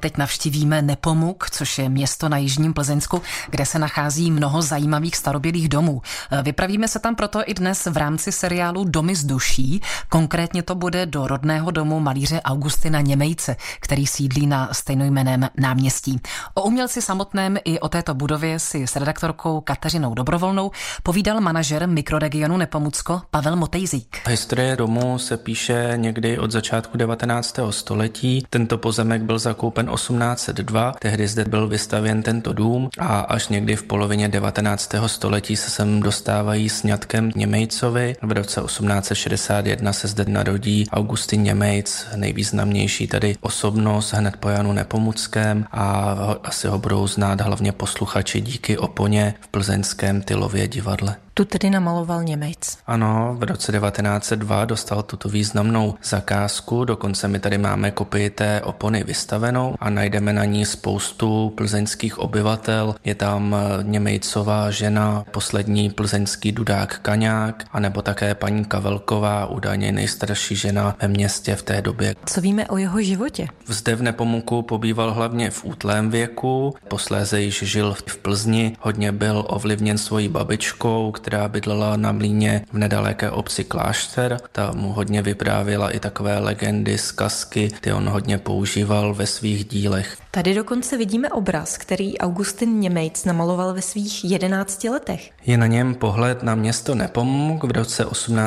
teď navštívíme Nepomuk, což je město na jižním Plzeňsku, kde se nachází mnoho zajímavých starobělých domů. Vypravíme se tam proto i dnes v rámci seriálu Domy z duší. Konkrétně to bude do rodného domu malíře Augustina Němejce, který sídlí na stejnojmenném náměstí. O umělci samotném i o této budově si s redaktorkou Kateřinou Dobrovolnou povídal manažer mikroregionu Nepomucko Pavel Motejzík. Historie domu se píše někdy od začátku 19. století. Tento pozemek byl zakoupen 1802, tehdy zde byl vystavěn tento dům a až někdy v polovině 19. století se sem dostávají sňatkem Němejcovi. V roce 1861 se zde narodí Augustin Němejc, nejvýznamnější tady osobnost hned po Janu Nepomuckém a asi ho budou znát hlavně posluchači díky oponě v plzeňském Tylově divadle. Tu tedy namaloval Němejc. Ano, v roce 1902 dostal tuto významnou zakázku, dokonce my tady máme kopii té opony vystavenou a najdeme na ní spoustu plzeňských obyvatel. Je tam Němejcová žena, poslední plzeňský dudák Kaňák, anebo také paní Kavelková, údajně nejstarší žena ve městě v té době. Co víme o jeho životě? Zde v Nepomuku pobýval hlavně v útlém věku, posléze již žil v Plzni, hodně byl ovlivněn svojí babičkou, která bydlela na mlýně v nedaleké obci Klášter. Ta mu hodně vyprávěla i takové legendy, zkazky, ty on hodně používal ve svých dílech. Tady dokonce vidíme obraz, který Augustin Němejc namaloval ve svých 11 letech. Je na něm pohled na město Nepomuk v roce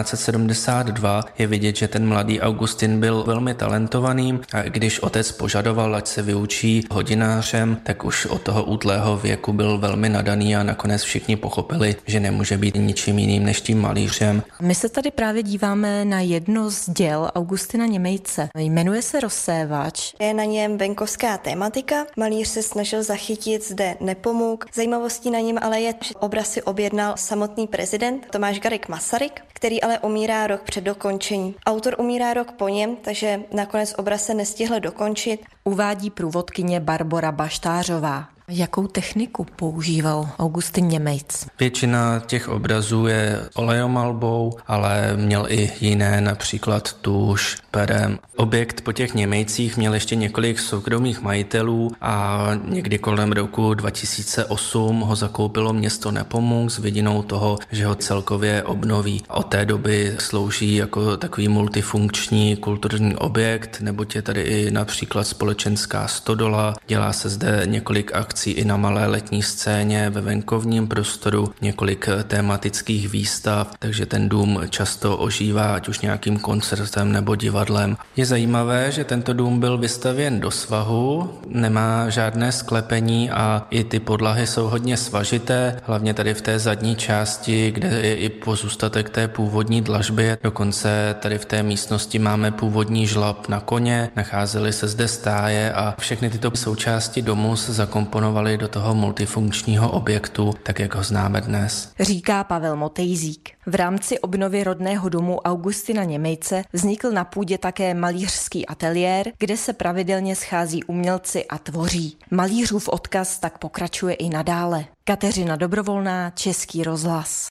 1872. Je vidět, že ten mladý Augustin byl velmi talentovaný a když otec požadoval, ať se vyučí hodinářem, tak už od toho útlého věku byl velmi nadaný a nakonec všichni pochopili, že nemůže být ničím jiným než tím malířem. My se tady právě díváme na jedno z děl Augustina Němejce. Jmenuje se Rozsévač. Je na něm venkovská tématika. Malíř se snažil zachytit zde Nepomuk. Zajímavostí na něm ale je, že obraz si objednal samotný prezident Tomáš Garrigue Masaryk, který ale umírá rok před dokončením. Autor umírá rok po něm, takže nakonec obraz se nestihl dokončit. Uvádí průvodkyně Barbora Baštářová. Jakou techniku používal Augustin Němejc? Většina těch obrazů je olejomalbou, ale měl i jiné, například tuš, perem. Objekt po těch Němejcích měl ještě několik soukromých majitelů a někdy kolem roku 2008 ho zakoupilo město Nepomuk s vidinou toho, že ho celkově obnoví. Od té doby slouží jako takový multifunkční kulturní objekt, neboť je tady i například společenská stodola, dělá se zde několik akcí i na malé letní scéně, ve venkovním prostoru, několik tematických výstav, takže ten dům často ožívá, ať už nějakým koncertem nebo divadlem. Je zajímavé, že tento dům byl vystavěn do svahu, nemá žádné sklepení a i ty podlahy jsou hodně svažité, hlavně tady v té zadní části, kde je i pozůstatek té původní dlažby. Dokonce tady v té místnosti máme původní žlab na koně, nacházely se zde stáje a všechny tyto součásti domu se zakomponovaly do toho multifunkčního objektu, tak jak ho známe dnes. Říká Pavel Motejzík. V rámci obnovy rodného domu Augustina Němejce vznikl na půdě také malířský ateliér, kde se pravidelně schází umělci a tvoří. Malířův odkaz tak pokračuje i nadále. Kateřina Dobrovolná, Český rozhlas.